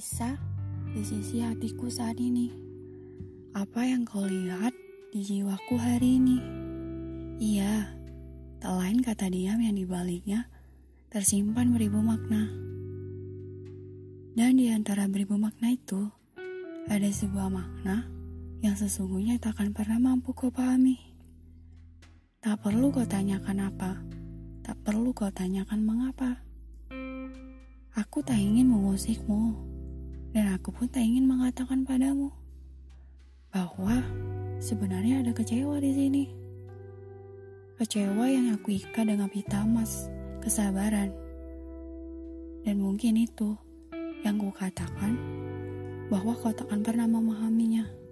tersisa di sisi hatiku saat ini. Apa yang kau lihat di jiwaku hari ini? Iya, tak lain kata diam yang dibaliknya tersimpan beribu makna. Dan di antara beribu makna itu, ada sebuah makna yang sesungguhnya tak akan pernah mampu kau pahami. Tak perlu kau tanyakan apa, tak perlu kau tanyakan mengapa. Aku tak ingin mengusikmu, dan aku pun tak ingin mengatakan padamu bahwa sebenarnya ada kecewa di sini. Kecewa yang aku ikat dengan pita emas, kesabaran. Dan mungkin itu yang ku katakan bahwa kau takkan pernah memahaminya.